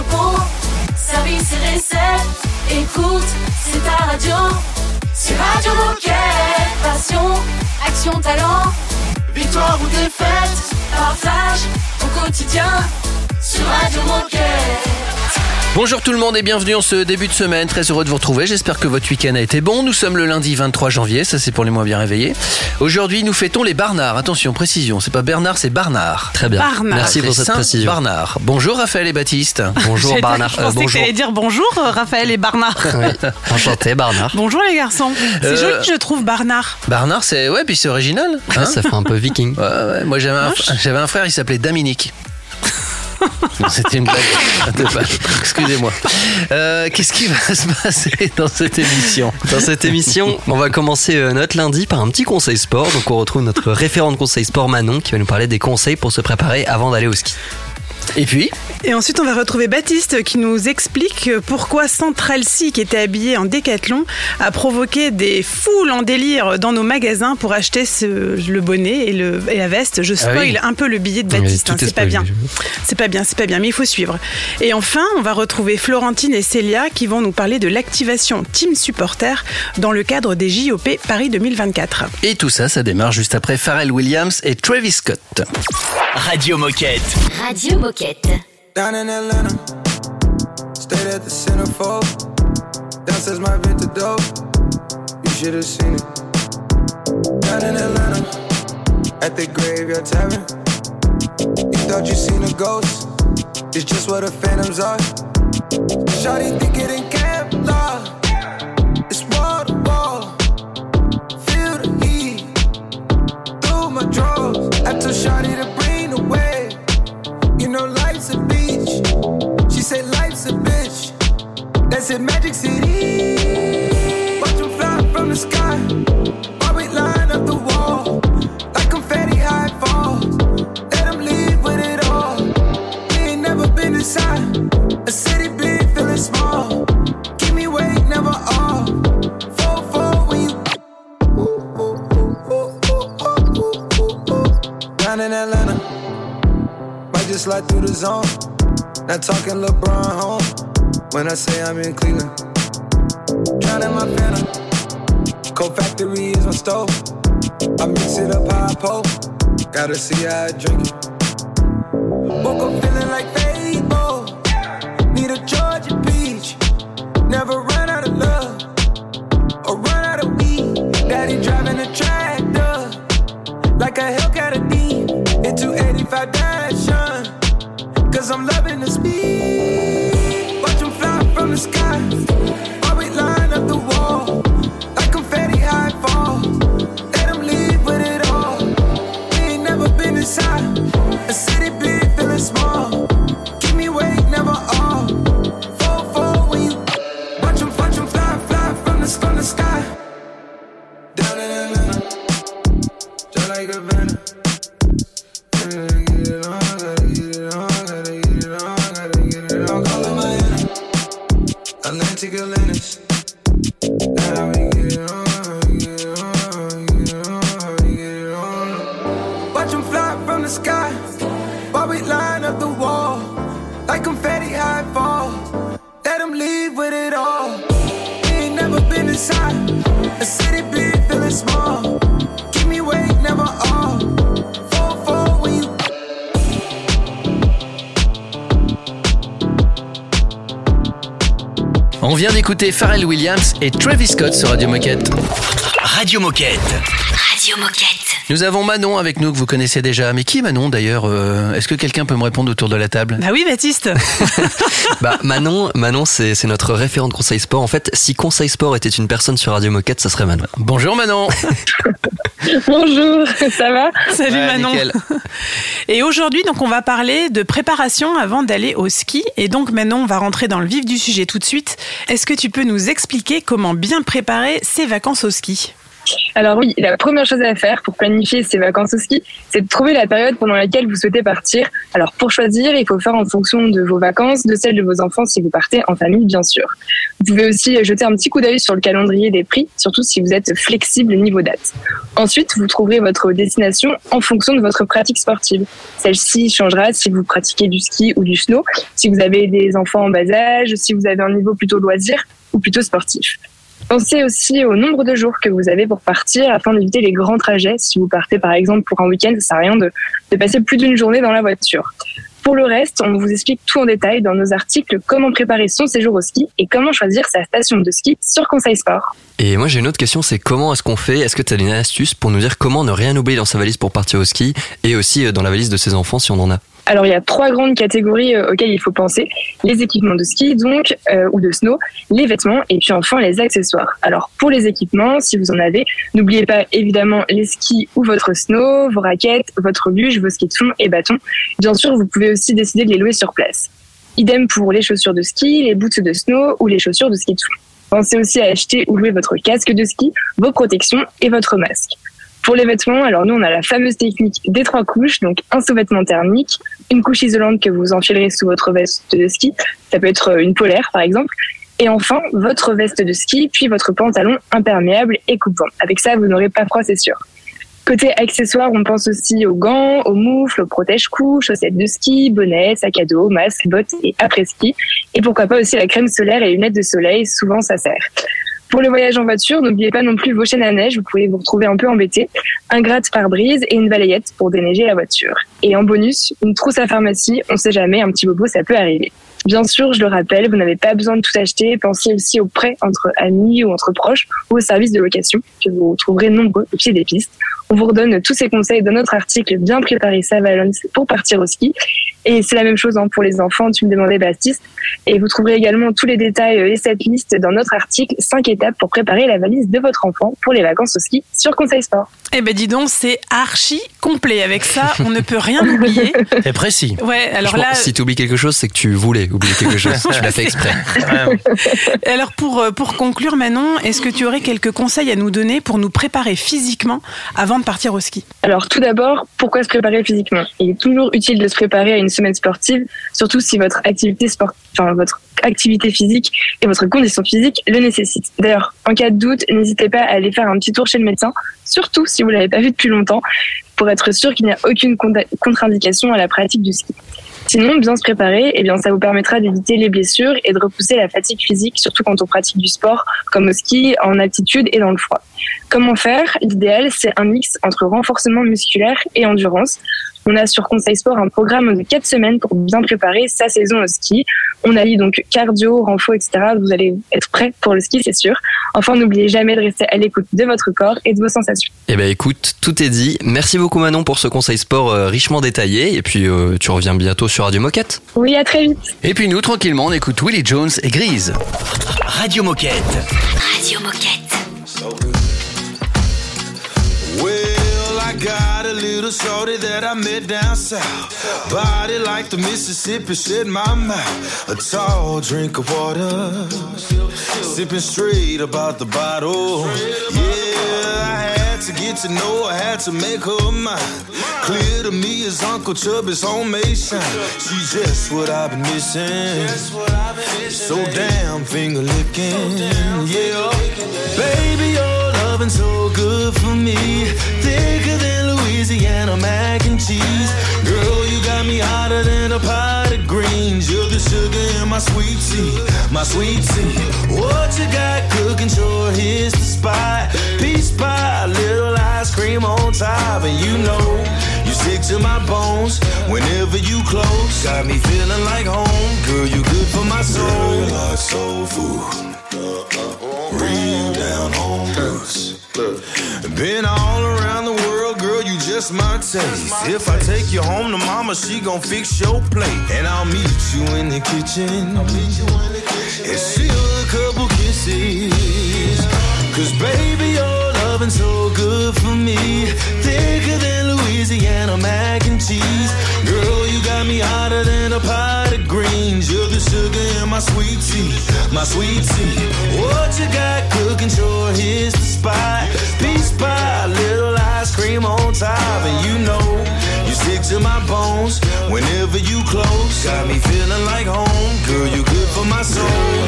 repos, service et recettes. Écoute, c'est ta radio. C'est Radio Moquette. Passion, action, talent. Victoire ou défaite, partage au quotidien sur Radio Moquette. Bonjour tout le monde et bienvenue en ce début de semaine, très heureux de vous retrouver, j'espère que votre week-end a été bon. Nous sommes le lundi 23 janvier, ça c'est pour les moins bien réveillés. Aujourd'hui nous fêtons les Barnards, attention précision, c'est pas Bernard c'est Barnard. Très bien, Barnard. Merci pour cette précision. Barnard. Bonjour Raphaël et Baptiste. Bonjour Barnard. Je pensais que tu allais dire bonjour Raphaël et Barnard. Oui. Enchanté Barnard. Bonjour les garçons. C'est joli je trouve Barnard. Barnard c'est, ouais puis c'est original. Hein Ça fait un peu viking. Ouais, moi j'avais un frère, il s'appelait Dominique. C'était une blague. Excusez-moi. Qu'est-ce qui va se passer dans cette émission ? Dans cette émission, on va commencer notre lundi par un petit conseil sport. Donc on retrouve notre référente conseil sport Manon qui va nous parler des conseils pour se préparer avant d'aller au ski. Et puis Et ensuite on va retrouver Baptiste qui nous explique pourquoi Central Sea, qui était habillé en décathlon, a provoqué des foules en délire dans nos magasins pour acheter le bonnet et la veste. Je spoil un peu le billet de Baptiste, Oui, c'est pas bien. C'est pas bien, mais il faut suivre. Et enfin, on va retrouver Florentine et Célia qui vont nous parler de l'activation Team Supporter dans le cadre des JOP Paris 2024. Et tout ça, ça démarre juste après Pharrell Williams et Travis Scott. Radio Moquette. Radio Moquette. Down in Atlanta, stayed at the centerfold. Downstairs my vintage dope, you should have seen it. Down in Atlanta, at the Graveyard Tavern. You thought you seen a ghost, it's just what the phantoms are. Shawty think it in Kevlar, it's wall to wall. Feel the heat through my drawers. I told Shawty to bring the wave. You know life's a beach. She say life's a bitch. That's in Magic City. Watch them fly from the sky. While we line up the wall. Like confetti high falls. Let them leave with it all. We ain't never been inside a city big, feeling small. Keep me awake, never off. 4-4 when you down in Atlanta. Might just slide through the zone. Not talking LeBron home. When I say I'm in Cleveland. Drowning my phantom. Cold Factory is my stove. I mix it up how I pull. Gotta see how I drink it. Woke up feeling like Fable. Need a Georgia peach. Never run out of love. Or run out of weed. Daddy driving a tractor. Like a Hellcat a D. In 285 Dash. Cause I'm loving the speed. Watch them fly from the sky. While we line up the wall. Like confetti high falls. Let them leave with it all. We ain't never been inside a city big, feeling small. Keep me awake, never off. 4-4 when you watch them fly from the sky. Down in Atlanta, just like a venom. Atlantic Atlantis. Now we get it on, get it on, get it on, get it on. Watch them fly from the sky while we line up the wall. Like confetti high falls. Let them leave with it all. We ain't never been inside a city big, feeling small. Keep me awake, never off. 4-4 when you. On vient d'écouter Pharrell Williams et Travis Scott sur Radio Moquette. Radio Moquette. Radio Moquette. Nous avons Manon avec nous que vous connaissez déjà. Mais qui est Manon d'ailleurs ? Est-ce que quelqu'un peut me répondre autour de la table ? Bah oui Baptiste. Manon c'est notre référente conseil sport. En fait, si conseil sport était une personne sur Radio Moquette, ça serait Manon. Bonjour Manon. Bonjour, ça va ? Salut Ouais, Manon. nickel. Et aujourd'hui, donc, on va parler de préparation avant d'aller au ski. Et donc, Manon, on va rentrer dans le vif du sujet tout de suite. Est-ce que tu peux nous expliquer comment bien préparer ses vacances au ski ? Alors oui, la première chose à faire pour planifier ses vacances au ski, c'est de trouver la période pendant laquelle vous souhaitez partir. Alors pour choisir, il faut faire en fonction de vos vacances, de celles de vos enfants si vous partez en famille, bien sûr. Vous pouvez aussi jeter un petit coup d'œil sur le calendrier des prix, surtout si vous êtes flexible niveau date. Ensuite, vous trouverez votre destination en fonction de votre pratique sportive. Celle-ci changera si vous pratiquez du ski ou du snow, si vous avez des enfants en bas âge, si vous avez un niveau plutôt loisir ou plutôt sportif. Pensez aussi au nombre de jours que vous avez pour partir afin d'éviter les grands trajets. Si vous partez par exemple pour un week-end, ça ne sert à rien de passer plus d'une journée dans la voiture. Pour le reste, on vous explique tout en détail dans nos articles comment préparer son séjour au ski et comment choisir sa station de ski sur Conseil Sport. Et moi j'ai une autre question, c'est comment est-ce qu'on fait ? Est-ce que tu as une astuce pour nous dire comment ne rien oublier dans sa valise pour partir au ski et aussi dans la valise de ses enfants si on en a ? Alors, il y a 3 grandes catégories auxquelles il faut penser. Les équipements de ski, donc, ou de snow, les vêtements, et puis enfin les accessoires. Alors, pour les équipements, si vous en avez, n'oubliez pas évidemment les skis ou votre snow, vos raquettes, votre luge, vos skis de fond et bâtons. Bien sûr, vous pouvez aussi décider de les louer sur place. Idem pour les chaussures de ski, les boots de snow ou les chaussures de ski de fond. Pensez aussi à acheter ou louer votre casque de ski, vos protections et votre masque. Pour les vêtements, alors nous on a la fameuse technique des 3 couches, donc un sous-vêtement thermique, une couche isolante que vous enfilerez sous votre veste de ski, ça peut être une polaire par exemple, et enfin votre veste de ski, puis votre pantalon imperméable et coupe-vent. Avec ça, vous n'aurez pas froid, c'est sûr. Côté accessoires, on pense aussi aux gants, aux moufles, aux protège-coups, chaussettes de ski, bonnets, sac à dos, masques, bottes et après-ski. Et pourquoi pas aussi la crème solaire et lunettes de soleil, souvent ça sert. Pour le voyage en voiture, n'oubliez pas non plus vos chaînes à neige, vous pouvez vous retrouver un peu embêté, un gratte-pare-brise et une balayette pour déneiger la voiture. Et en bonus, une trousse à pharmacie, on sait jamais, un petit bobo, ça peut arriver. Bien sûr, je le rappelle, vous n'avez pas besoin de tout acheter, pensez aussi aux prêts entre amis ou entre proches ou aux services de location, que vous trouverez nombreux au pied des pistes. On vous redonne tous ces conseils dans notre article « Bien préparer sa valence pour partir au ski ». Et c'est la même chose pour les enfants, tu me demandais Baptiste. Et vous trouverez également tous les détails et cette liste dans notre article 5 étapes pour préparer la valise de votre enfant pour les vacances au ski sur Conseil Sport. Eh ben dis donc, c'est archi complet. Avec ça, on ne peut rien oublier. C'est précis. Ouais, alors là... Si tu oublies quelque chose, c'est que tu voulais oublier quelque chose. Tu l'as fait exprès. Alors pour conclure Manon, est-ce que tu aurais quelques conseils à nous donner pour nous préparer physiquement avant de partir au ski ? Alors tout d'abord, pourquoi se préparer physiquement ? Il est toujours utile de se préparer à une semaine sportive, surtout si votre activité physique et votre condition physique le nécessitent. D'ailleurs, en cas de doute, n'hésitez pas à aller faire un petit tour chez le médecin, surtout si vous ne l'avez pas vu depuis longtemps, pour être sûr qu'il n'y a aucune contre-indication à la pratique du ski. Sinon, bien se préparer, ça vous permettra d'éviter les blessures et de repousser la fatigue physique, surtout quand on pratique du sport, comme au ski, en altitude et dans le froid. Comment faire ? L'idéal, c'est un mix entre renforcement musculaire et endurance. On a sur Conseil Sport un programme de 4 semaines pour bien préparer sa saison au ski. On allie donc cardio, renfo, etc. Vous allez être prêt pour le ski, c'est sûr. Enfin, n'oubliez jamais de rester à l'écoute de votre corps et de vos sensations. Eh ben écoute, tout est dit. Merci beaucoup Manon pour ce Conseil Sport richement détaillé. Et puis tu reviens bientôt sur Radio Moquette. Oui, à très vite. Et puis nous, tranquillement, on écoute Willie Jones et Grise. Radio Moquette. Radio Moquette. Got a little shorty that I met down south. Body like the Mississippi, shit in my mouth. A tall drink of water, sipping straight about the bottle. Yeah, I had to get to know her, had to make her mine. Clear to me as Uncle Chubby's homemade shine. She's just what I've been missing. So damn finger licking, yeah. Baby, your loving so good for me. Thicker than Louisiana mac and cheese. Girl, you got me hotter than a pot of greens. You're the sugar in my sweet tea, my sweet tea. What you got cooking, sure here's the spot. Peach pie, little ice cream on top. And you know, you stick to my bones whenever you close. Got me feeling like home. Girl, you good for my soul. Girl, you like soul food. Real down home roots. Been all around the world, girl, you just my taste. If I take you home to mama, she gon' fix your plate. And I'll meet you in the kitchen. And steal a couple kisses. Cause baby, your loving so good for me. Thicker than Louisiana mac and cheese. Girl, you got me hotter than a pot of greens. You're the sugar in my sweet tea, my sweet tea. What you got cooking, sure here's the spot. Peace by, little ice cream on top. And you know, you stick to my bones whenever you close. Got me feeling like home, girl, you good for my soul.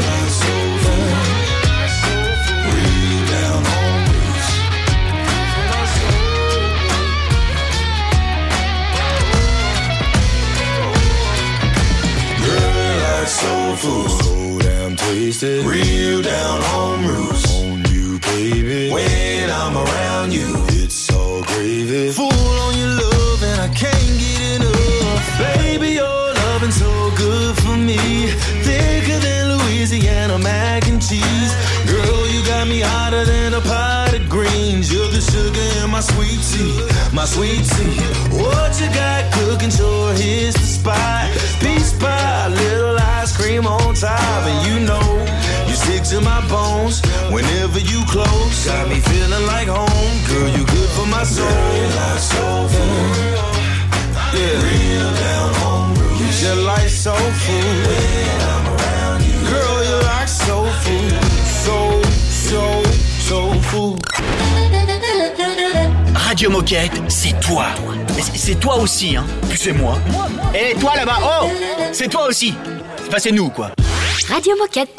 Real down home roots. Girl, like soul food, so damn tasted. Real down home roots on you, baby. When I'm around you, it's so gravy. Full on your love and I can't get enough. Baby, your loving so good for me. Thicker than Louisiana mac and cheese. Girl, you got me hotter than a pot of greens. You're the sugar in my sweet tea, my sweet tea. What you got cooking sure hits the spot. Peace pie, little ice cream on top. And you know, you stick to my bones whenever you close. Got me feeling like home, girl, you good for my soul. Like soul food. Yeah. Real down home roots. You just like soul food. When I'm around you, girl, you like soul food. Soul food. Radio Moquette, c'est toi. C'est toi aussi, hein. Puis c'est moi. Et toi là-bas, oh, c'est toi aussi. Enfin, c'est nous, quoi. Radio Moquette.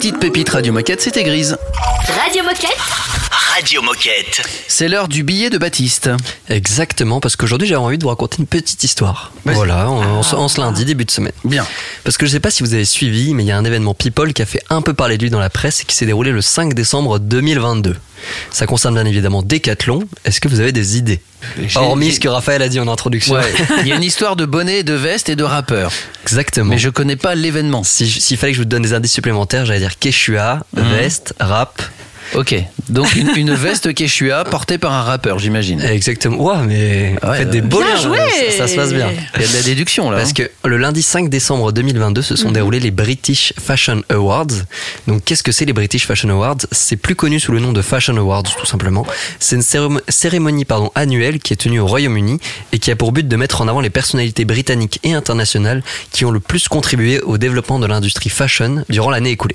petite pépite Radio Moquette, c'était Grise. Radio Moquette. Radio Moquette. C'est l'heure du billet de Baptiste. Exactement, parce qu'aujourd'hui j'avais envie de vous raconter une petite histoire. Vas-y. Voilà, en ce lundi, début de semaine. Bien. Parce que je sais pas si vous avez suivi, mais il y a un événement People qui a fait un peu parler de lui dans la presse et qui s'est déroulé le 5 décembre 2022. Ça concerne bien évidemment Decathlon. Est-ce que vous avez des idées ? Hormis ce que Raphaël a dit en introduction. Ouais. Il y a une histoire de bonnet, de veste et de rappeur. Exactement. Mais je connais pas l'événement. S'il fallait que je vous donne des indices supplémentaires, j'allais dire Quechua, veste, rap. Ok, donc une veste Quechua portée par un rappeur, j'imagine. Exactement. Ouah, mais faites des beaux Bien liens, joué. ça se passe bien. Il y a de la déduction là. Parce que le lundi 5 décembre 2022 se sont déroulés les British Fashion Awards. Donc qu'est-ce que c'est les British Fashion Awards ? C'est plus connu sous le nom de Fashion Awards tout simplement. C'est une cérémonie annuelle qui est tenue au Royaume-Uni et qui a pour but de mettre en avant les personnalités britanniques et internationales qui ont le plus contribué au développement de l'industrie fashion durant l'année écoulée.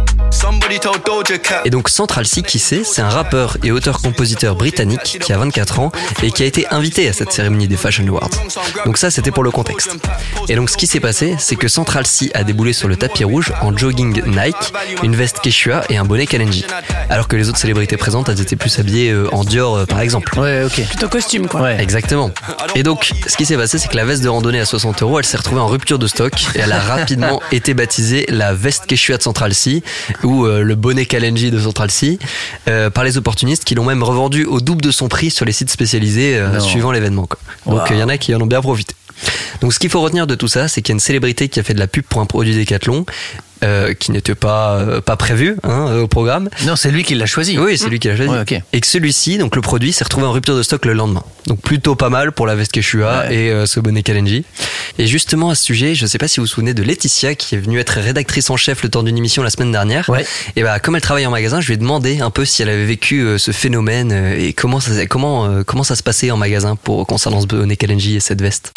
Et donc Central Cee, qui c'est un rappeur et auteur-compositeur britannique qui a 24 ans et qui a été invité à cette cérémonie des Fashion Awards. Donc ça c'était pour le contexte. Et donc ce qui s'est passé, c'est que Central Cee a déboulé sur le tapis rouge en jogging Nike, une veste Quechua et un bonnet Kalenji. Alors que les autres célébrités présentes, elles étaient plus habillées en Dior par exemple. Ouais, ok. Plutôt costume, quoi. Ouais. Exactement. Et donc, ce qui s'est passé, c'est que la veste de randonnée à 60 €, elle s'est retrouvée en rupture de stock et elle a rapidement été baptisée la veste Quechua de Central Cee ou le bonnet Kalenji de Central Cee par les opportunistes qui l'ont même revendu au double de son prix sur les sites spécialisés suivant l'événement, quoi. Donc il y en a qui en ont bien profité. Donc ce qu'il faut retenir de tout ça, c'est qu'il y a une célébrité qui a fait de la pub pour un produit Decathlon qui n'était pas prévu au programme. Non, c'est lui qui l'a choisi. Oui, c'est lui qui l'a choisi. Ouais, ok. Et que celui-ci, donc le produit, s'est retrouvé en rupture de stock le lendemain. Donc plutôt pas mal pour la veste Quechua et ce bonnet Kalenji. Et justement à ce sujet, je sais pas si vous vous souvenez de Laetitia qui est venue être rédactrice en chef le temps d'une émission la semaine dernière. Ouais. Et bah comme elle travaille en magasin, je lui ai demandé un peu si elle avait vécu ce phénomène et comment ça se passait en magasin concernant ce bonnet Kalenji et cette veste.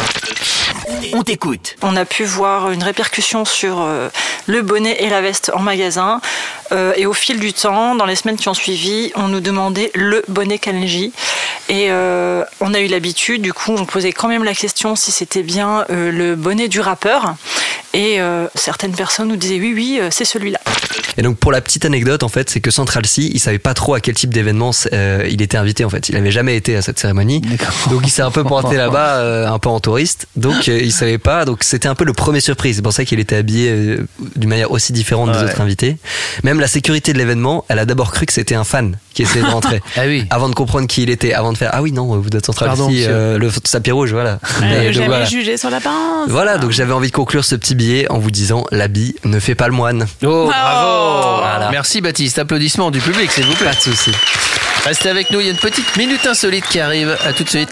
On t'écoute. On a pu voir une répercussion sur le bonnet et la veste en magasin. Et au fil du temps, dans les semaines qui ont suivi, on nous demandait le bonnet Kalenji. Et on a eu l'habitude, du coup, on posait quand même la question si c'était bien le bonnet du rappeur. Et certaines personnes nous disaient oui, c'est celui-là. Et donc pour la petite anecdote, en fait, c'est que Central Cee, il savait pas trop à quel type d'événement il était invité. En fait, il avait jamais été à cette cérémonie, donc il s'est un peu pointé là-bas, un peu en touriste. Donc il savait pas. Donc c'était un peu le premier surprise. C'est pour ça qu'il était habillé d'une manière aussi différente des autres invités. Même la sécurité de l'événement, elle a d'abord cru que c'était un fan qui essayait de rentrer. Ah oui. Avant de comprendre qui il était, avant de faire ah oui non, vous êtes Central Cee, le tapis rouge, voilà. Jamais jugé sur l'apparence. Voilà, donc j'avais envie de conclure ce petit billet en vous disant l'habit ne fait pas le moine. Oh, bravo. Voilà. Merci Baptiste. Applaudissements du public, s'il vous plaît. Pas de souci. Restez avec nous, il y a une petite minute insolite qui arrive. À tout de suite.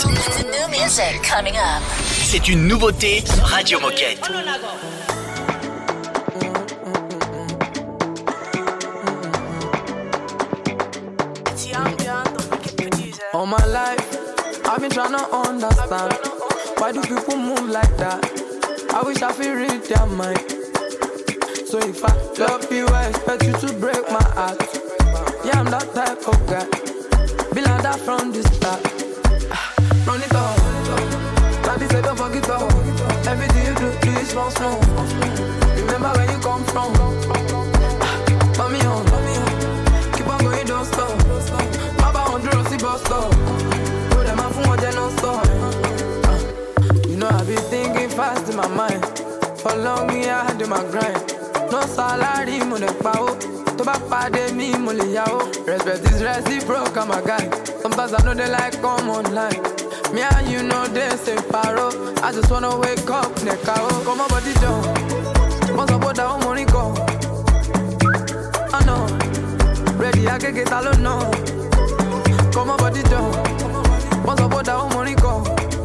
C'est une nouveauté Radio Moquette. All my life, I've been trying to understand why do people move like that? I wish I could read their mind. So if I love you, I expect you to break my heart. Yeah, I'm that type of guy. Be like that from the start. Run it up. Daddy said don't forget up. Everything you do is small, small. Remember where you come from. Mommy on. Keep on going, don't stop. Baba on the Rossi bus stop. Put them up for one, they don't stop. You know I be thinking fast in my mind. For long, me I had in my grind. No salary, mo ne pa o. To ba pade mi, mo le ya o. Respect is reciprocal, I'm a guy. Sometimes I know they like come online. Me and you know they say paro. I just wanna wake up, neka o. Come on, body jump. Once I put down money go. I know. Ready, I can get alone, no. Come on, body jump. Once I put down money go.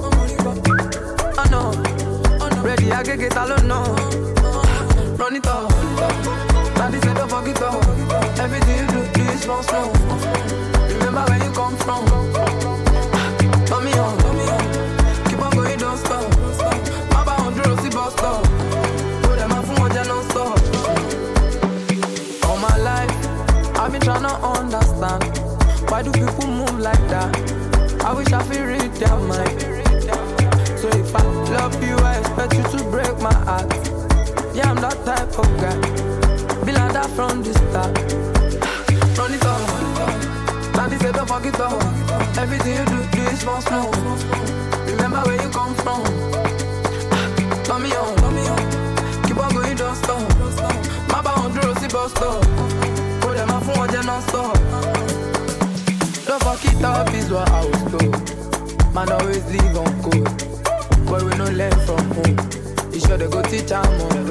I know. Ready, I can get alone, no. Run it up. Daddy said don't forget up. Everything you do is slow, slow. Remember where you come from. Mommy on. Keep on going, don't stop. Baba on the Rossi bus stop. Put them up for one, they don't stop. All my life, I've been trying to understand why do people move like that? I wish I could read their mind. So if I love you, I expect you to break my heart. Yeah, I'm that type of guy. Be like better from the start. Run it up. Daddy said don't fuck it up. Everything you do it small, slow. Remember where you come from. Turn me on. Keep on going, don't stop. My bound rosy bus stop. Put them off one, then non stop. Don't fuck it up is what I was told. Man always leave on code. But we no learn from home. You sure they go teach our mom.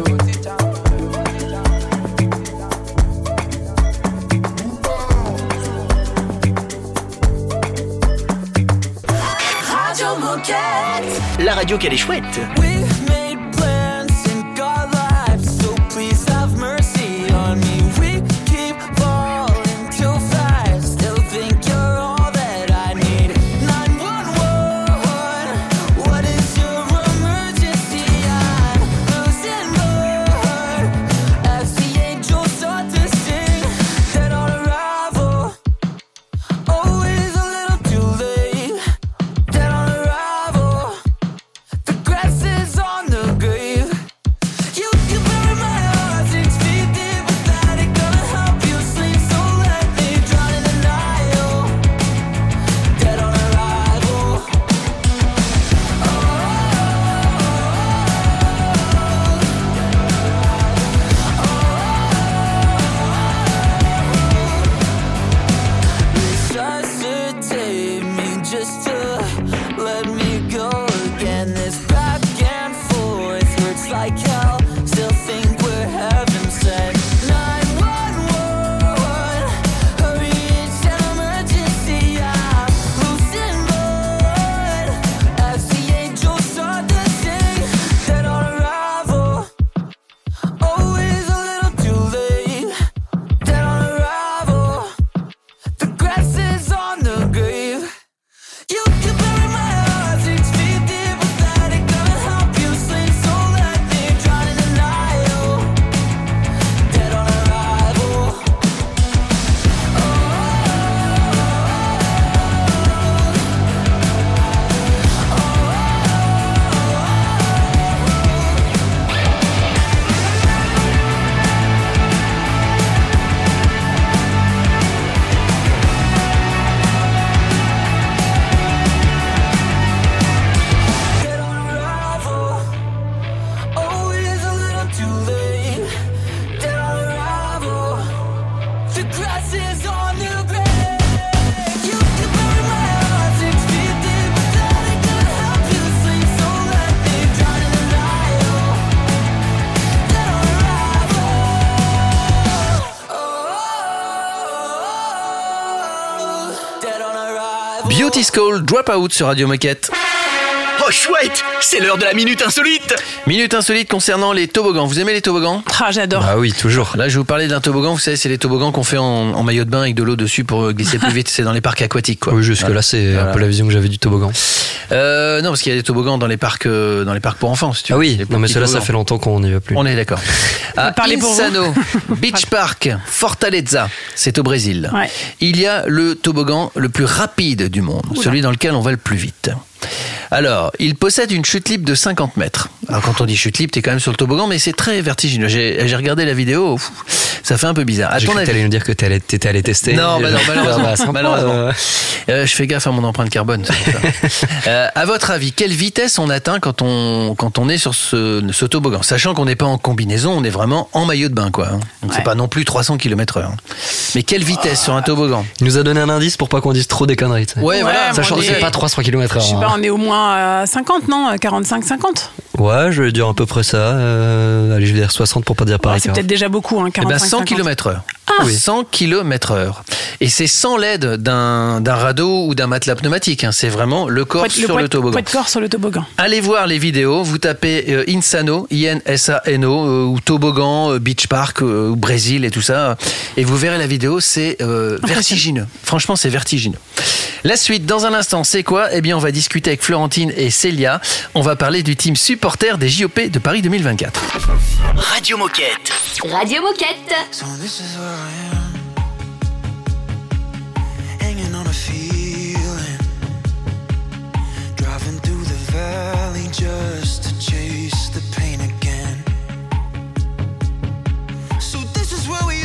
Radio Moquette. La radio qu'elle est chouette. We've made plans in God's life, so please have mercy on me. We keep falling too fast, still think you're all that I need. 911, what is your emergency? I'm losing blood as the angels start to sing. Dead on arrival, always a little too late. Dead on arrival, the grass is on the grave. You bury my heart 6 feet deep, but that ain't gonna help you sleep. So let me drown in the Nile. Dead on arrival. Resuscitate me just to let me go again. This back and forth hurts like hell. Still think we're heaven sent. 911, hurry, it's an emergency. I'm losing blood as the angels start to sing. Dead on arrival, always a little too late. Dead on arrival, the grass is on the grave. You bury my heart 6 feet deep, but that ain't gonna help you sleep. So let me drown in the Nile. Dead on arrival. Dead on arrival, always a little too late. Dead on arrival, the grass is on the grave. You bury my heart 6 feet deep, but that ain't gonna help you sleep. So let me drown in the Nile. Dead on arrival. Dead on arrival. Beauty School Dropout sur Radio Moquette. Oh chouette, c'est l'heure de la minute insolite. Minute insolite concernant les toboggans. Vous aimez les toboggans? Ah, j'adore. Ah oui, toujours. Là, je vais vous parler d'un toboggan. Vous savez, c'est les toboggans qu'on fait en maillot de bain avec de l'eau dessus pour glisser plus vite. C'est dans les parcs aquatiques, quoi. Oui, jusque là, c'est un peu la vision que j'avais du toboggan. Non, parce qu'il y a des toboggans dans les parcs pour enfants, si tu Ah veux. oui, Les non mais petits cela, ça toboggans. fait longtemps qu'on n'y va plus. On est d'accord. À Parlez pour vous. Insano Beach Park, Fortaleza, c'est au Brésil. Ouais. Il y a le toboggan le plus rapide du monde, celui dans lequel on va le plus vite. Alors, il possède une chute libre de 50 mètres. Alors, quand on dit chute libre, t'es quand même sur le toboggan, mais c'est très vertigineux. J'ai regardé la vidéo, ça fait un peu bizarre. À J'ai ton cru que avis? t'allais nous dire que t'étais allé tester. Non, bah non, malheureusement. Ah bah, sympa. Malheureusement. Je fais gaffe à mon empreinte carbone. C'est pour ça. À votre avis, quelle vitesse on atteint quand on est sur ce toboggan? Sachant qu'on n'est pas en combinaison, on est vraiment en maillot de bain, quoi. Donc c'est pas non plus 300 km/h. Mais quelle vitesse sur un toboggan? Il nous a donné un indice pour pas qu'on dise trop des conneries. tu sais. Ouais, voilà. Sachant que c'est pas 300 km/h. Je sais pas, on est au moins à 50, non? 45-50. Ouais, je vais dire à peu près ça. Allez, je vais dire 60 pour pas dire pareil. C'est peut-être déjà beaucoup, hein, 45-50. 100 km/h. Ah. 100 km/h. Et c'est sans l'aide d'un radeau ou d'un matelas pneumatique. C'est vraiment le corps sur le toboggan. Poids de corps sur le toboggan. Allez voir les vidéos. Vous tapez Insano, I-N-S-A-N-O, ou toboggan, beach park, au Brésil et tout ça. Et vous verrez la vidéo, c'est vertigineux. Franchement, c'est vertigineux. La suite, dans un instant, c'est quoi? Eh bien, on va discuter avec Florentine et Célia. On va parler du team supporter des JOP de Paris 2024. Radio Moquette. Radio Moquette. So this is where I am, hanging on a feeling, driving through the valley just to chase the pain again. So this is where we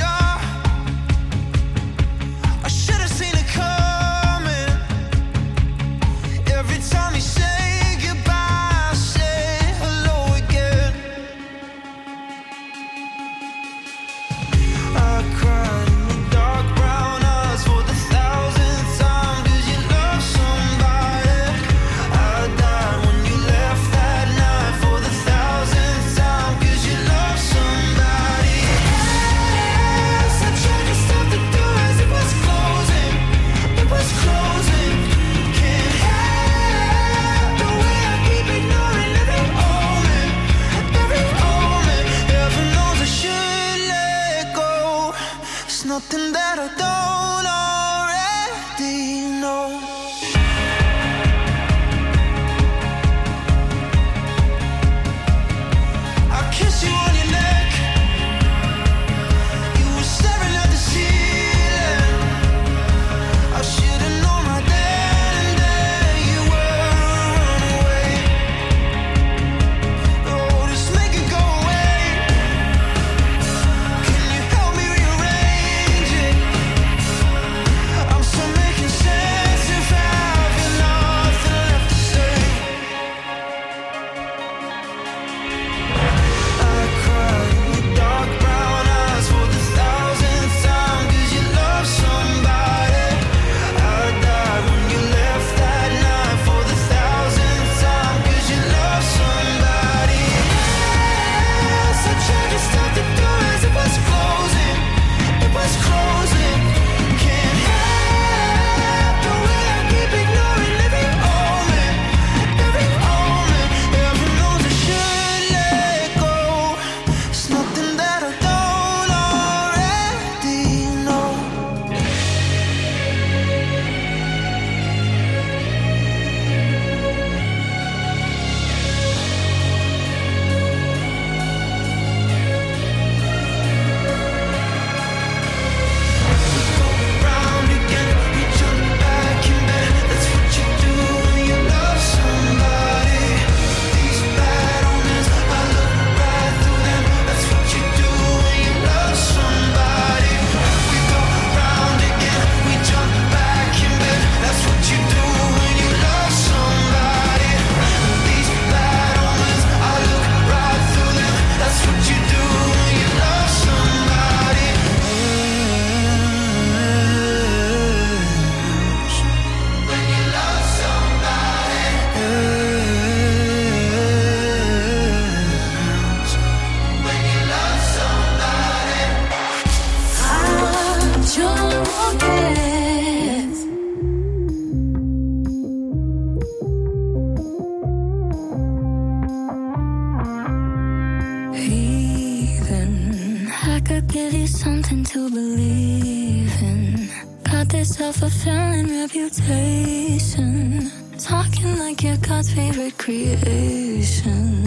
self-fulfilling reputation. Talking like you're God's favorite creation.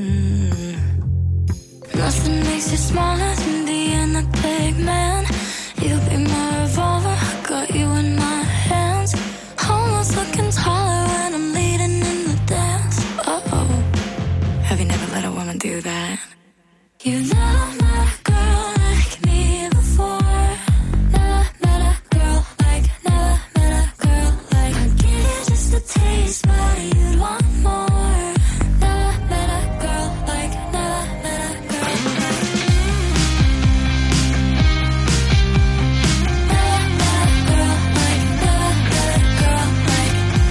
Nothing makes you smaller than being a big man. You be my revolver, I got you in my hands. Almost looking taller when I'm leading in the dance. Oh, have you never let a woman do that? You've never met a girl like me before. Never met a girl like, never met a girl like. I give you just a taste, but you'd want more. Never met a girl like, never met a girl like. Never met a girl like, never met a girl like.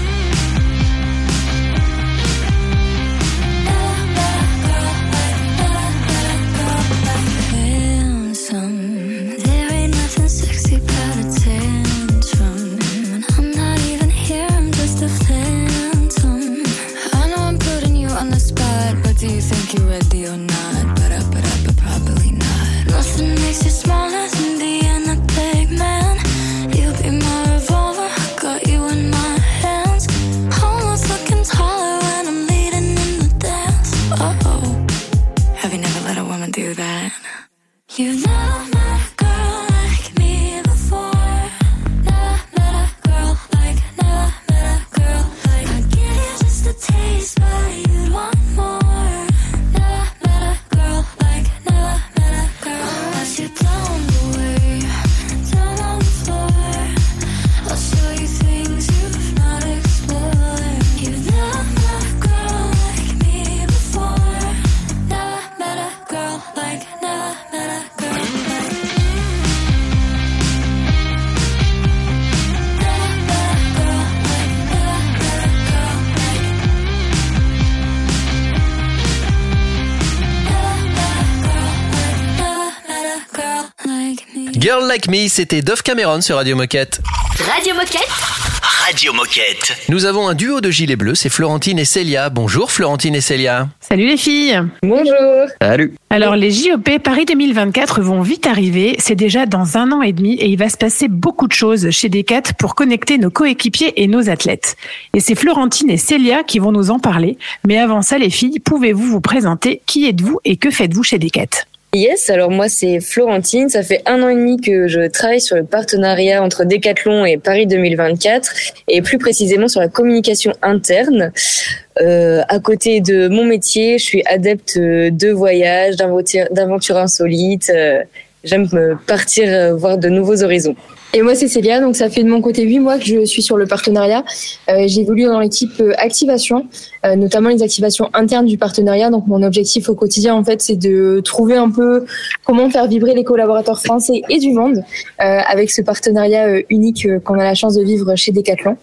Never met a girl like, never met a girl like. Handsome, there ain't nothing sexy about a tantrum. And I'm not even here, I'm just a phantom. I know I'm putting you on the spot, but do you think you're ready or not? But probably not. Nothing makes you smaller than being a big man. You be my revolver, I got you in my hands. Almost looking taller when I'm leading in the dance. Oh, have you never let a woman do that? You've never met a girl like me before. Never met a girl like, never met a girl like. I give you just a taste, but you'd want more. Never met a girl like, never met a girl. As you're blown away, down on the floor, I'll show you things you've not explored. You've never met a girl like me before. Never met a girl like, never met a girl like. Never met a girl like, never met a girl like. Never met a girl like me. Girl Like Me, c'était Dove Cameron sur Radio Moquette. Radio Moquette. Radio Moquette. Nous avons un duo de gilets bleus, c'est Florentine et Célia. Bonjour Florentine et Célia. Salut les filles. Bonjour. Salut. Alors les JOP Paris 2024 vont vite arriver, c'est déjà dans 1 an et demi et il va se passer beaucoup de choses chez Decat pour connecter nos coéquipiers et nos athlètes. Et c'est Florentine et Célia qui vont nous en parler. Mais avant ça les filles, pouvez-vous vous présenter? Qui êtes-vous et que faites-vous chez Decat? Yes, alors moi c'est Florentine, ça fait 1 an et demi que je travaille sur le partenariat entre Decathlon et Paris 2024 et plus précisément sur la communication interne. À côté de mon métier, je suis adepte de voyages, d'aventures insolites, j'aime partir voir de nouveaux horizons. Et moi c'est Célia, donc ça fait de mon côté 8 mois que je suis sur le partenariat. J'évolue dans l'équipe activation, notamment les activations internes du partenariat. Donc mon objectif au quotidien en fait c'est de trouver un peu comment faire vibrer les collaborateurs français et du monde avec ce partenariat unique qu'on a la chance de vivre chez Decathlon.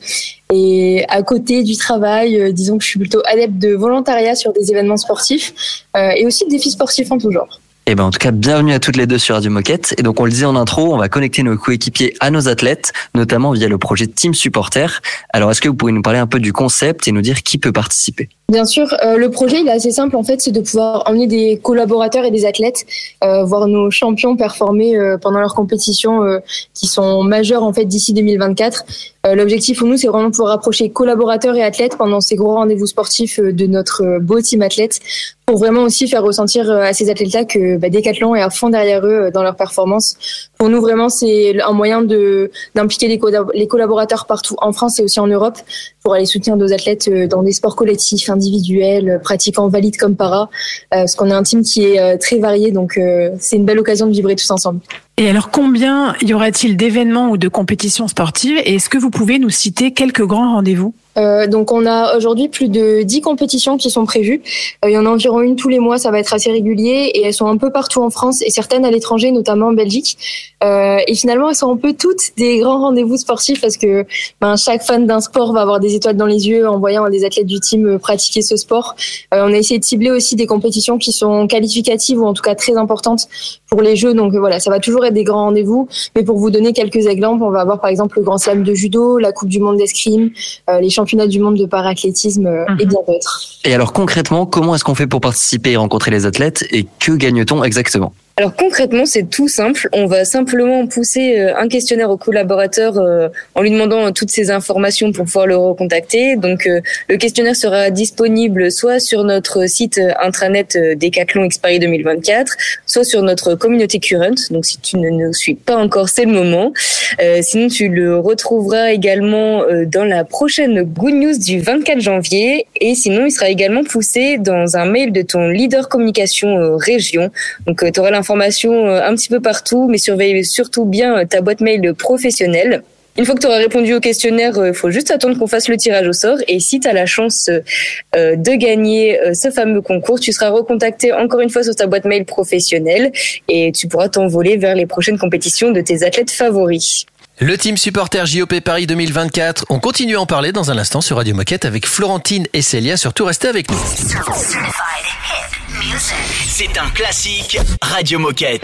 Et à côté du travail, disons que je suis plutôt adepte de volontariat sur des événements sportifs et aussi de défis sportifs en tout genre. Et ben en tout cas, bienvenue à toutes les deux sur Radio Moquette. Et donc on le disait en intro, on va connecter nos coéquipiers à nos athlètes, notamment via le projet Team Supporter. Alors est-ce que vous pourriez nous parler un peu du concept et nous dire qui peut participer? Bien sûr, le projet il est assez simple en fait, c'est de pouvoir emmener des collaborateurs et des athlètes, voir nos champions performer pendant leurs compétitions qui sont majeures en fait d'ici 2024. L'objectif pour nous c'est vraiment de pouvoir rapprocher collaborateurs et athlètes pendant ces gros rendez-vous sportifs de notre beau team athlète, pour vraiment aussi faire ressentir à ces athlètes-là que Decathlon est à fond derrière eux dans leurs performances. Pour nous vraiment c'est un moyen d'impliquer les collaborateurs partout en France et aussi en Europe pour aller soutenir nos athlètes dans des sports collectifs, individuels, pratiquants valides comme para, parce qu'on est un team qui est très varié, donc c'est une belle occasion de vibrer tous ensemble. Et alors combien y aura-t-il d'événements ou de compétitions sportives et est-ce que vous pouvez nous citer quelques grands rendez-vous? Donc on a aujourd'hui plus de 10 compétitions qui sont prévues. Il y en a environ une tous les mois, ça va être assez régulier et elles sont un peu partout en France et certaines à l'étranger, notamment en Belgique. Et finalement, elles sont un peu toutes des grands rendez-vous sportifs parce que chaque fan d'un sport va avoir des étoiles dans les yeux en voyant des athlètes du team pratiquer ce sport. On a essayé de cibler aussi des compétitions qui sont qualificatives ou en tout cas très importantes pour les Jeux. Donc voilà, ça va toujours être des grands rendez-vous. Mais pour vous donner quelques exemples, on va avoir par exemple le Grand Slam de judo, la Coupe du monde d'escrime, les championnats du monde de para-athlétisme et bien d'autres. Et alors concrètement, comment est-ce qu'on fait pour participer et rencontrer les athlètes et que gagne-t-on exactement? Alors concrètement, c'est tout simple. On va simplement pousser un questionnaire au collaborateur en lui demandant toutes ces informations pour pouvoir le recontacter. Donc le questionnaire sera disponible soit sur notre site intranet Decathlon Exparis 2024, soit sur notre communauté Current. Donc si tu ne nous suis pas encore, c'est le moment. Sinon, tu le retrouveras également dans la prochaine Good News du 24 janvier. Et sinon, il sera également poussé dans un mail de ton leader communication région. Donc tu auras l'information un petit peu partout, mais surveille surtout bien ta boîte mail professionnelle. Une fois que tu auras répondu au questionnaire, il faut juste attendre qu'on fasse le tirage au sort. Et si tu as la chance de gagner ce fameux concours, tu seras recontacté encore une fois sur ta boîte mail professionnelle et tu pourras t'envoler vers les prochaines compétitions de tes athlètes favoris. Le team supporter JOP Paris 2024, on continue à en parler dans un instant sur Radio Moquette avec Florentine et Célia. Surtout, restez avec nous. C'est un classique Radio Moquette.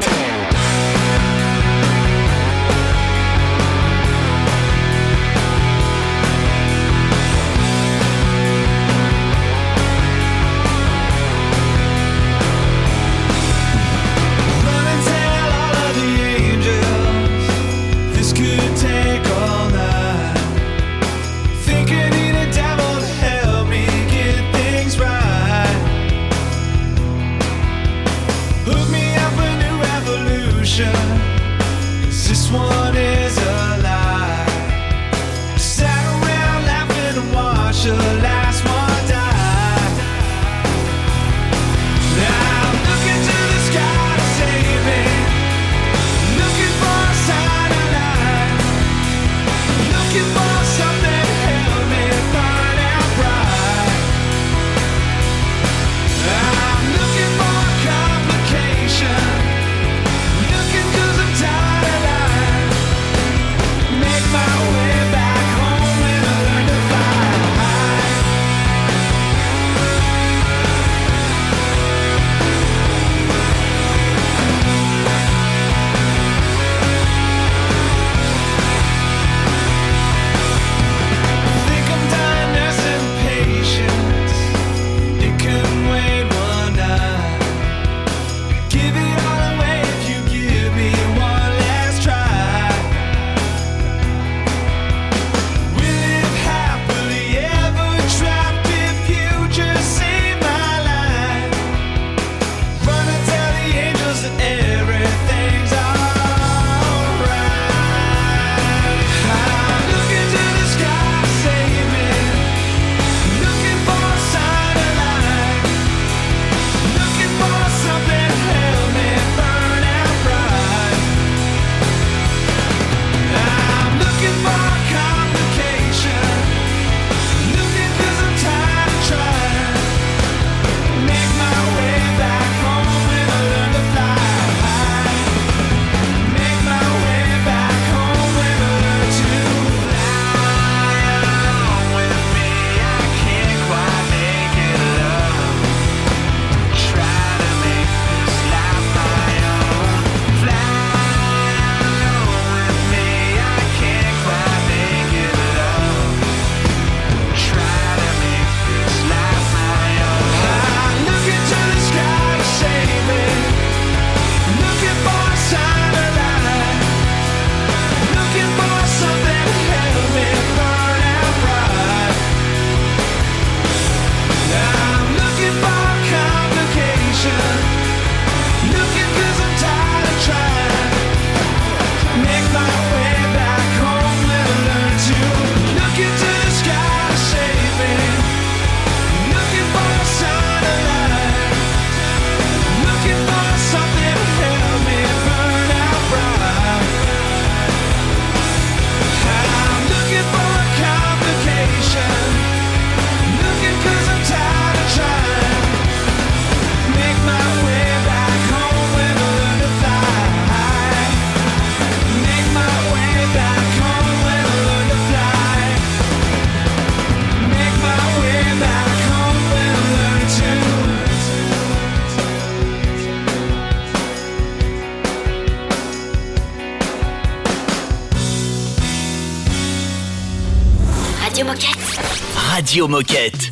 Radio Moquette. Radio Moquette.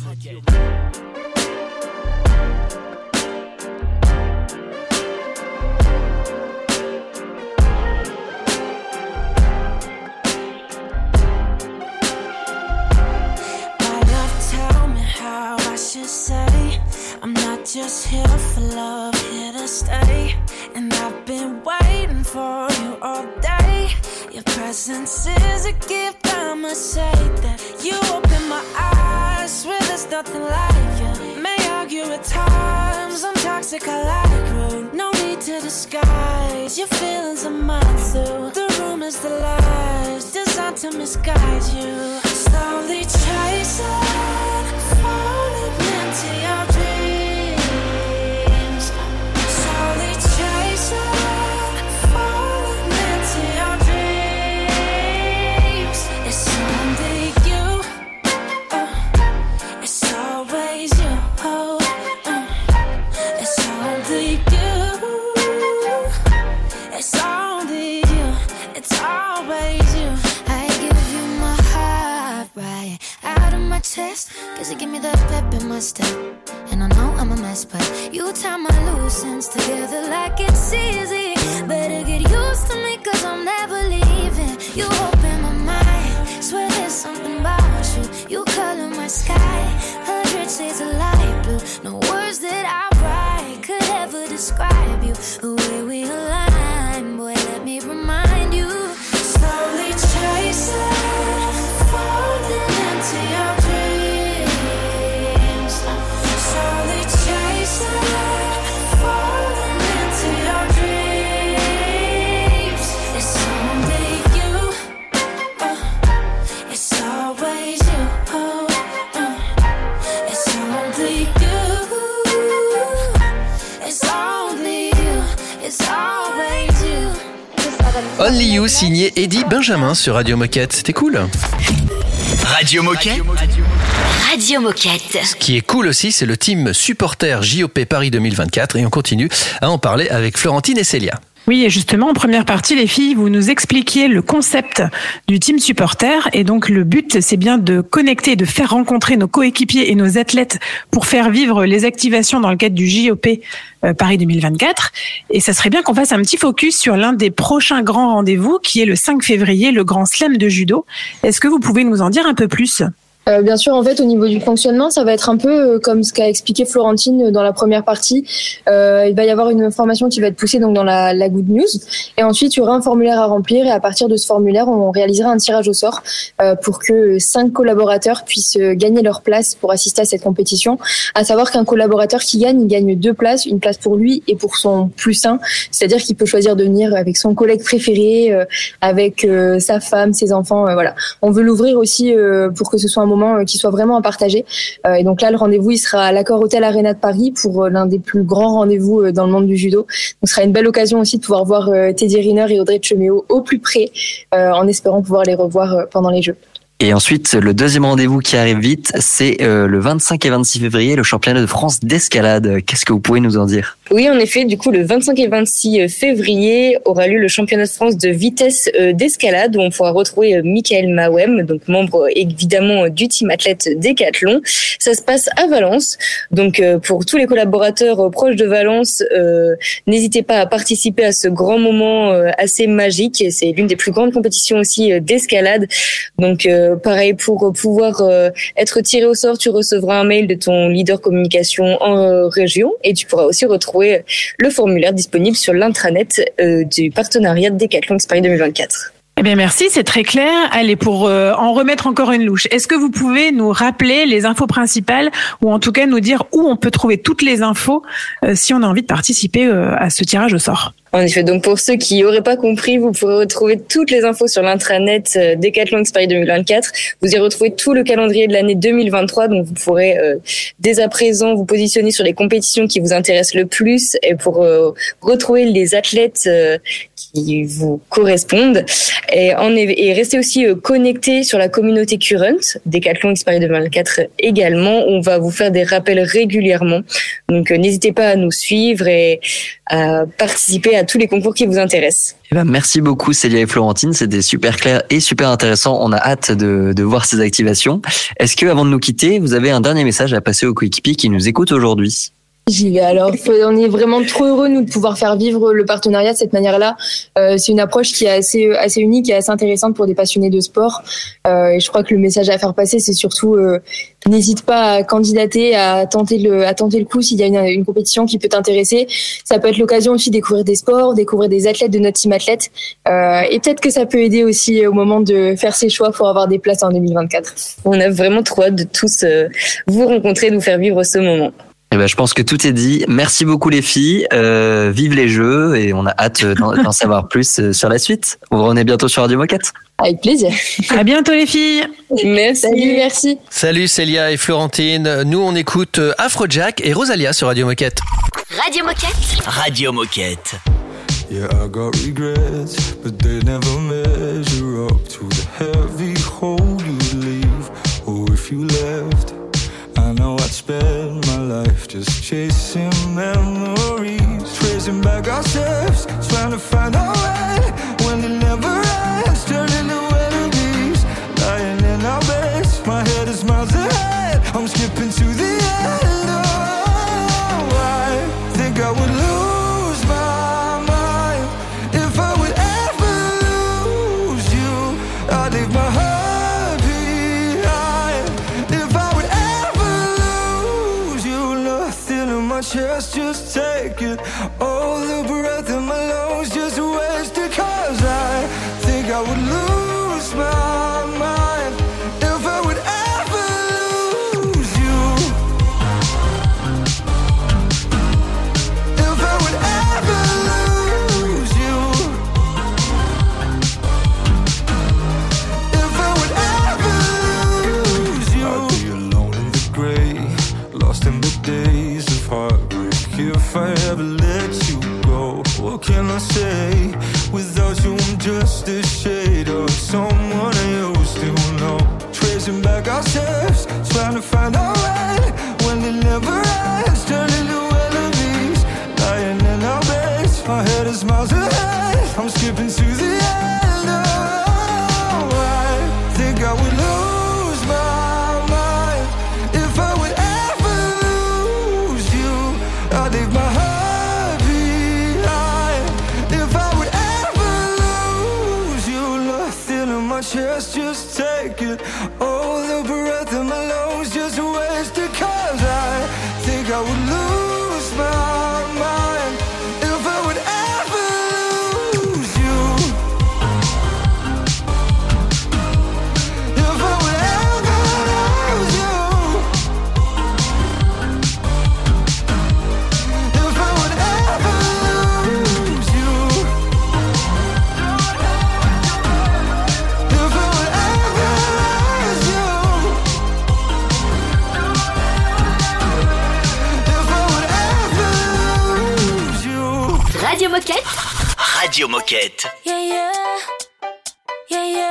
just here for love, here to stay. And I've been waiting for you all day. Your presence is a gift, I must say that. You open my eyes, swear there's nothing like you. May argue at times, I'm toxic, I like rude. No need to disguise, your feelings are mine too. The rumors, the lies, designed to misguide you. Slowly chasing, falling into your dreams. Slowly chasing, falling into your dreams. It's only you, it's always you. It's only you, it's only you, it's always you. I give you my heart right out of my chest, 'cause you give me that pep in my step. And I know I'm a mess, but you tie my loose ends together like it's easy. Better get used to me, 'cause I'm never leaving. You open my mind, swear there's something about you. You color my sky, 100 shades of light blue. No words that I write could ever describe you. The way we align, boy, let me remind you. Slowly chasing, falling into your dreams. Slowly chasing, falling into your dreams. It's only you, it's always you. It's only you, it's only you, it's always you. Only You, signé Eddie Benjamin sur Radio Moquette. C'était cool. Radio Moquette. Radio Moquette. Ce qui est cool aussi, c'est le team supporter JOP Paris 2024. Et on continue à en parler avec Florentine et Célia. Oui, et justement, en première partie, les filles, vous nous expliquiez le concept du team supporter. Et donc, le but, c'est bien de connecter, de faire rencontrer nos coéquipiers et nos athlètes pour faire vivre les activations dans le cadre du JOP Paris 2024. Et ça serait bien qu'on fasse un petit focus sur l'un des prochains grands rendez-vous, qui est le 5 février, le Grand Slam de judo. Est-ce que vous pouvez nous en dire un peu plus ? Bien sûr, en fait, au niveau du fonctionnement, ça va être un peu comme ce qu'a expliqué Florentine dans la première partie. Il va y avoir une formation qui va être poussée donc dans la Good News, et ensuite il y aura un formulaire à remplir, et à partir de ce formulaire, on réalisera un tirage au sort pour que 5 collaborateurs puissent gagner leur place pour assister à cette compétition. À savoir qu'un collaborateur qui gagne, il gagne 2 places, une place pour lui et pour son plus 1, c'est-à-dire qu'il peut choisir de venir avec son collègue préféré, avec sa femme, ses enfants. Voilà. On veut l'ouvrir aussi pour que ce soit un moment qui soit vraiment à partager. Et donc là, le rendez-vous, il sera à l'Accor Hôtel Arena de Paris pour l'un des plus grands rendez-vous dans le monde du judo. Donc ce sera une belle occasion aussi de pouvoir voir Teddy Riner et Audrey Tcheméo au plus près, en espérant pouvoir les revoir pendant les Jeux. Et ensuite, le deuxième rendez-vous qui arrive vite, c'est le 25 et 26 février, le championnat de France d'escalade. Qu'est-ce que vous pouvez nous en dire ? Oui, en effet, du coup, le 25 et 26 février aura lieu le championnat de France de vitesse d'escalade, où on pourra retrouver Michael Mawem, donc membre évidemment du team athlète Décathlon. Ça se passe à Valence. Donc, pour tous les collaborateurs proches de Valence, n'hésitez pas à participer à ce grand moment assez magique. C'est l'une des plus grandes compétitions aussi d'escalade. Donc, pareil, pour pouvoir être tiré au sort, tu recevras un mail de ton leader communication en région, et tu pourras aussi retrouver le formulaire disponible sur l'intranet du partenariat de Décathlon Paris 2024. Eh bien, merci, c'est très clair. Allez, pour en remettre encore une louche, est-ce que vous pouvez nous rappeler les infos principales, ou en tout cas nous dire où on peut trouver toutes les infos si on a envie de participer à ce tirage au sort ? En effet, donc pour ceux qui n'auraient pas compris, vous pourrez retrouver toutes les infos sur l'intranet Décathlon Paris 2024. Vous y retrouvez tout le calendrier de l'année 2023, donc vous pourrez dès à présent vous positionner sur les compétitions qui vous intéressent le plus, et pour retrouver les athlètes qui vous correspondent, et restez aussi connectés sur la communauté Current Décathlon Paris 2024 également. On va vous faire des rappels régulièrement, donc n'hésitez pas à nous suivre et à participer à tous les concours qui vous intéressent. Eh ben, merci beaucoup Célia et Florentine, c'était super clair et super intéressant. On a hâte de voir ces activations. Est-ce que, avant de nous quitter, vous avez un dernier message à passer aux coéquipiers qui nous écoutent aujourd'hui ? J'y vais. Alors, on est vraiment trop heureux, nous, de pouvoir faire vivre le partenariat de cette manière-là. C'est une approche qui est assez unique et assez intéressante pour des passionnés de sport. Et je crois que le message à faire passer, c'est surtout n'hésite pas à candidater, à tenter le coup s'il y a une compétition qui peut t'intéresser. Ça peut être l'occasion aussi de découvrir des sports, découvrir des athlètes de notre team athlète. Et peut-être que ça peut aider aussi au moment de faire ses choix pour avoir des places en 2024. On a vraiment trop hâte de tous vous rencontrer, de vous faire vivre ce moment. Eh ben, je pense que tout est dit. Merci beaucoup les filles. Vive les jeux et on a hâte d'en savoir plus sur la suite. Vous revenez bientôt sur Radio Moquette. Avec plaisir. À bientôt les filles. Merci. Salut, merci. Salut Célia et Florentine. Nous on écoute Afrojack et Rosalia sur Radio Moquette. Radio Moquette. Radio Moquette. Yeah, I got regrets, but they never measure up to the heavy hold you'd leave. Or if you left, I know I'd spend my life just chasing memories, tracing back our steps, trying to find our way when it never ends, turning to enemies, lying in our beds. My head is miles ahead, I'm skipping to the end. Oh, I think I would lose my mind if I would ever lose you. I'd leave my heart behind if I would ever lose you. Nothing in my chest, just take it. All the breath in my lungs, just waste it. 'Cause I think I would lose my mind if I would ever lose you. If I would ever lose you. If I would ever lose you. I'd be alone in the grey, lost in the days of heartbreak. If I ever let you go, what can I say? Without you I'm just a shade of someone I used to know. Tracing back our steps, trying to find our way when it never ends, turning to enemies, lying in our beds. My head is miles ahead, I'm skipping to the end. Oh, I think I would lose my mind if I would ever lose you. I'd leave my heart behind if I would ever lose you. Nothing in my chest, just take it. All the breath in my lungs, just waste it. 'Cause I think I would lose my mind if I would ever lose you. If I would ever lose you. If I would ever lose you. If I would ever lose you. If I would ever lose you. Radio Moquette. Radio Moquette. Yeah, yeah. Yeah, yeah.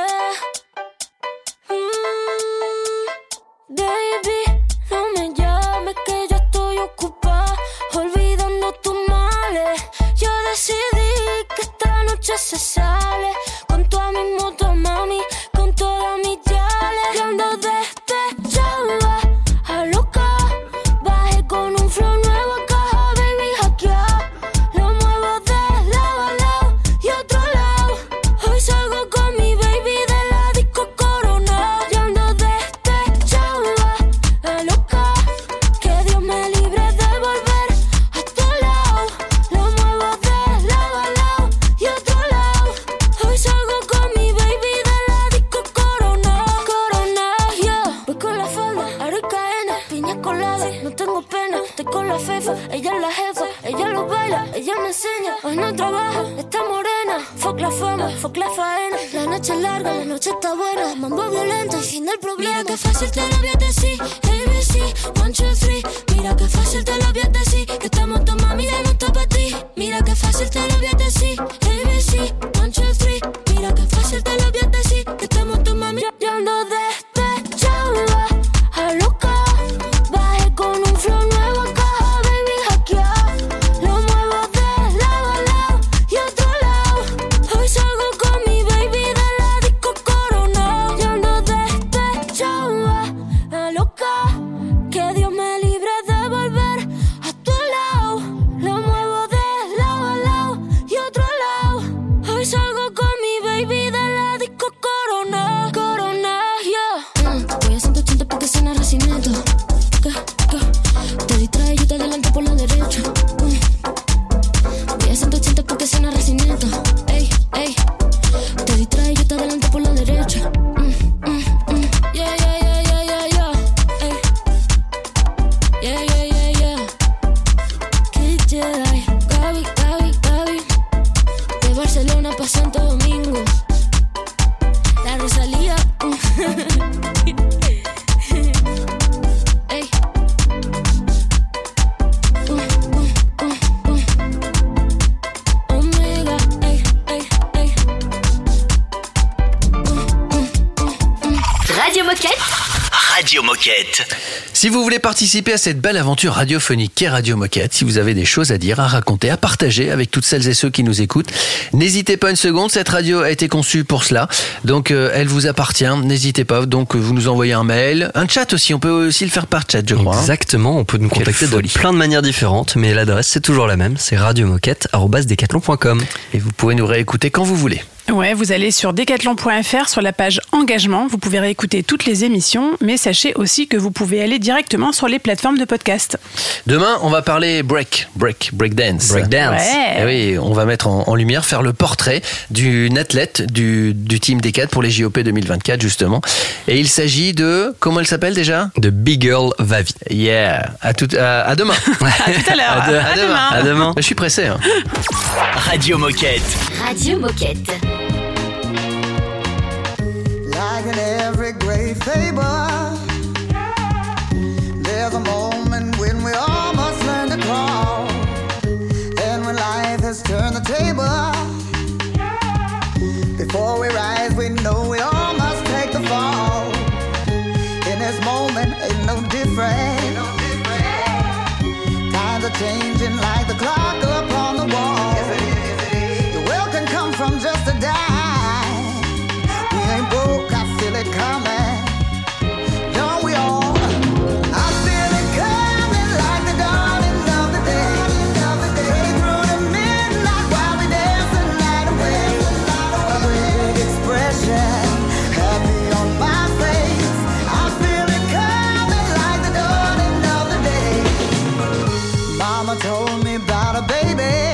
Baby, no me llames que yo estoy ocupada, olvidando tus males. Yo decidí que esta noche se sale con toda mi moto, mami, con todas mis yales. Yo ando despechada, a loca, bajé con un flow nuevo a caja, baby, hackeado. Lo muevo de lado a lado y otro lado. Hoy salgo con mi baby de la disco Corona. Yo ando despechada, a loca, que Dios me libre de volver a tu lado. Lo muevo de lado a lado y otro lado. Hoy salgo con mi baby de la disco Corona. Corona, yeah. Voy con la falda, aro y cadena, piña colada, no tengo pena. Estoy con la fefa, ella es la jefa, ella lo baila, ella me enseña. Hoy no trabaja, está morena. Fuck la fama, fuck la faena. La noche es larga, la noche está buena. Mambo violento y fin del problema. Mira que fácil te lo voy a decir, ABC, 1, 2, 3. Mira que fácil te lo voy a decir, que estamos tu mami ya no está pa' ti. Mira que fácil te lo voy a decir, ABC, 1, 2, 3. Mira que fácil te lo voy a decir, que estamos tu mami. Yo ando despechada, a loca, bajé con un flow nuevo a caja, baby, hackeado. Lo muevo de lado a lado y otro lado. Hoy salgo con mi baby de la disco Corona. Yo ando despechada, a loca, que Dios me libre de volver a tu lado. Radio Moquette. Radio Moquette. Si vous voulez participer à cette belle aventure radiophonique qu'est Radio Moquette, si vous avez des choses à dire, à raconter, à partager avec toutes celles et ceux qui nous écoutent, n'hésitez pas une seconde, cette radio a été conçue pour cela, donc elle vous appartient, n'hésitez pas, donc vous nous envoyez un mail, un chat aussi, on peut aussi le faire par chat je crois. Exactement, on peut nous contacter de plein de manières différentes, mais l'adresse c'est toujours la même, c'est radiomoquette@decathlon.com. Et vous pouvez nous réécouter quand vous voulez. Ouais, vous allez sur decathlon.fr sur la page engagement, vous pouvez réécouter toutes les émissions, mais sachez aussi que vous pouvez aller directement sur les plateformes de podcast. Demain, on va parler breakdance. Ouais. Et oui, on va mettre en lumière, faire le portrait d'une athlète du team Decat pour les JOP 2024 justement. Et il s'agit de, comment elle s'appelle déjà ? De Big Girl Vavi. Yeah, à demain. À tout à l'heure. À demain. Je suis pressé. Hein. Radio Moquette. Radio Moquette. Like in every great fable, there's a moment when we all must learn to crawl. And when life has turned the table, before we rise we know we all must take the fall. In this moment ain't no different. Times are changing like the clock upon the wall. Your will can come from just a dime. Coming, don't we all? I feel it coming like the dawning of the day. Straight through the midnight while we dance the night away. A big expression, happy on my face. I feel it coming like the dawning of the day. Mama told me about a baby.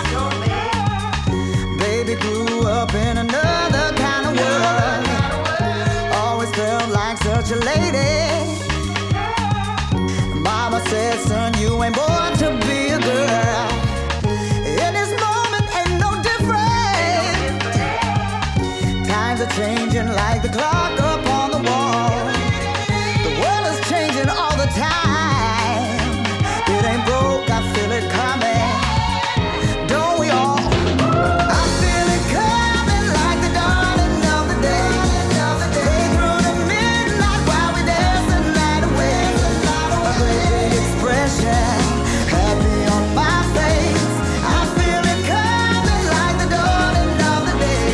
Baby grew up in another kind of world. Felt like such a lady. Mama said, son, you ain't born to be a girl. In this moment ain't no different. Times are changing like the clock up on the wall. The world is changing all the time. It ain't broke, I feel it coming. Don't we all? I feel it coming like the dawning of the day. Happy on my face, I feel it coming like the dawning of the day.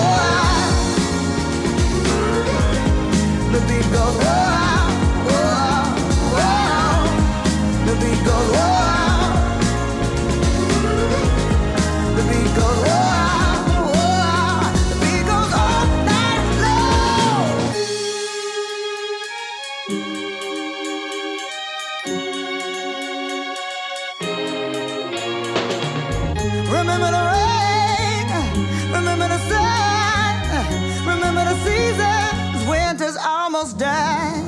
The beat goes whoa, whoa. The beat goes whoa. The beat goes whoa. The beat goes all night long. Remember the rain, remember the sun, remember the seasons, winter's almost done.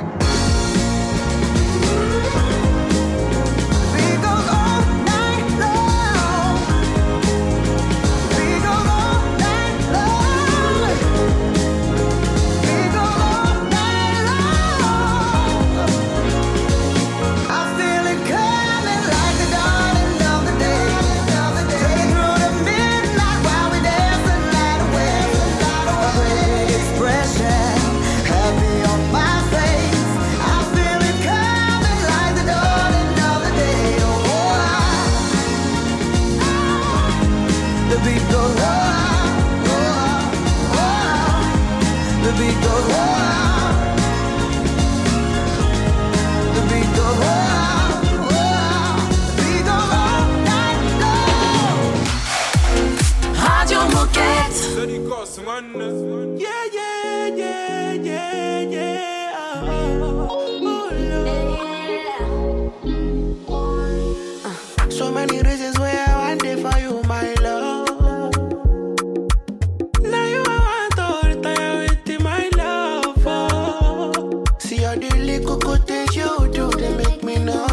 The beat goes all night long. The beat goes all night long. The beat goes all night long. I feel it coming like the dawning of the day. Happy on my face, I feel it coming like the dawning of the day. The beat goes the beat goes the beat goes the beat goes all night long. Radio Moquette. So many reasons why I want it for you, my love. Now you want to retire with my love. Oh. See all the little good things you do, they make me know.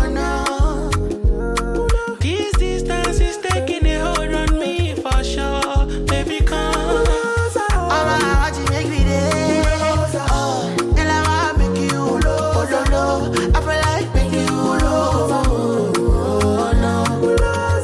This distance is taking a hold on me for sure. Baby, come. What you make me day. Oh, and I want to make you low. I feel like making you low.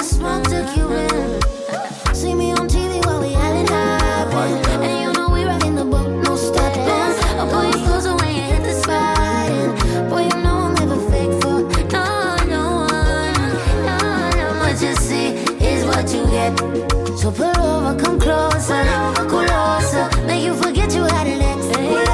smoke took you in. See me on TV while we having happen. And you know we rockin' the boat, no stopping. I'll pull you closer when you hit the spot. And boy, you know I'll never fake for no one. What you see is what you get. So pull over, come closer, closer. Make you forget you had an ex.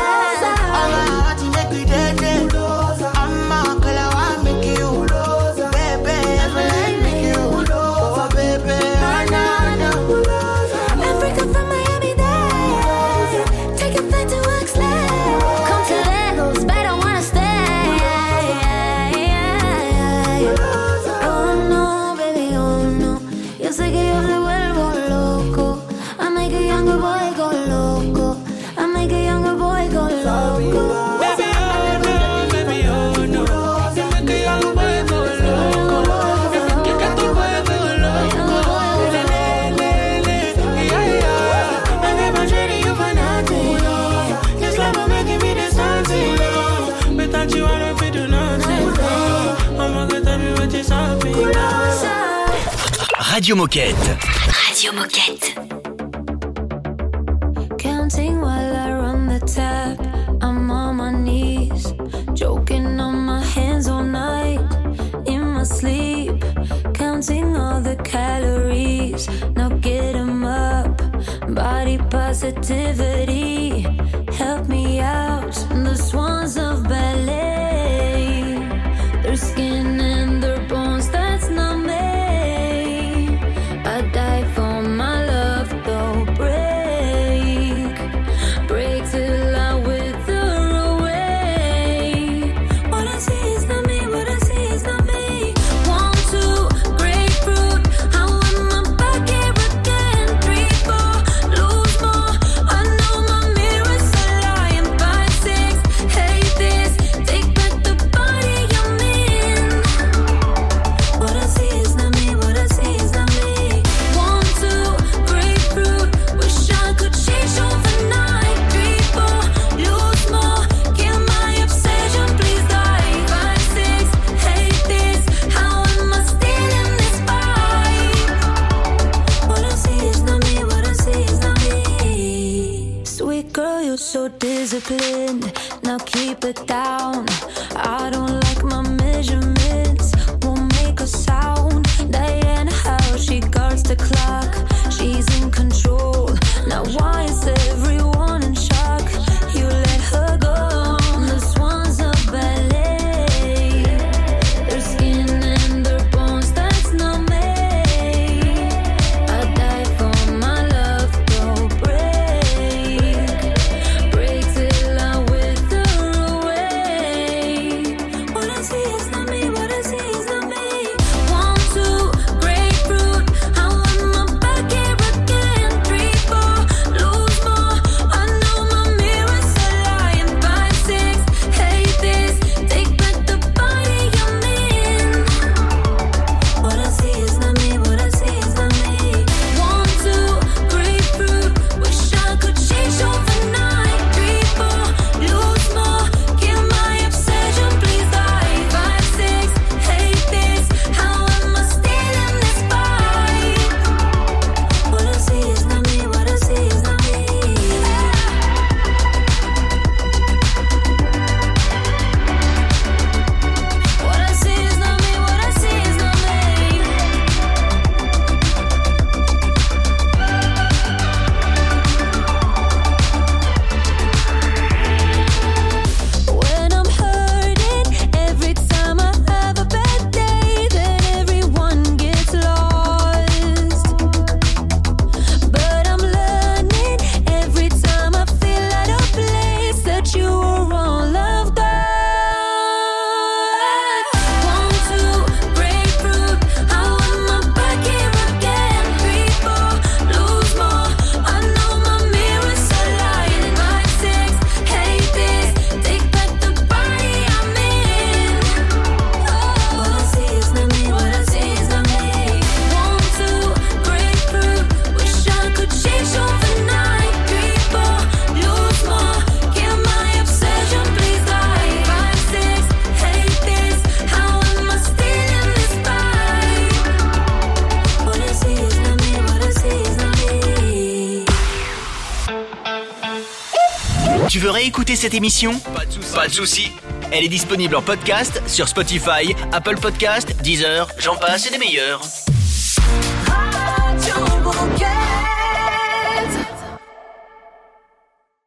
Radio Moquette. Radio Moquette. Counting while I run the tap. I'm on my knees, joking on my hands all night. In my sleep, counting all the calories. Now get 'em up, body positivity. Help me out, the swans of ballet. Their skin and their bones, that's not me. I die for my love, though. Break till I wither away. What I see is not me, what I see is not me. 1, 2, grapefruit, how am I back here again? 3, 4, lose more, I know my mirror's a lie. 5, 6, hate this, take back the body I'm in. What I see is not me, what I see is not me. 1, 2, grapefruit, wish I could change overnight. 3, 4, lose more, kill my obsession, please die. 5, 6, hate this, how am I still in this fight? What I see is not me, what I see is not me. Sweet girl, you're so disciplined, now keep it down. I don't like my measurements, won't make a sound. Diana, how she guards the clock, she's in control. Now why is everyone in shock? You let her go, the swans of ballet. Their skin and their bones, that's not me. I die for my love, though. Break till I wither away. What I see is not me, what I see is not me. 1, 2, grapefruit, how am I back Tu veux réécouter cette émission ? Pas de souci. Elle est disponible en podcast sur Spotify, Apple Podcast, Deezer, j'en passe et des meilleurs. Radio Moquette.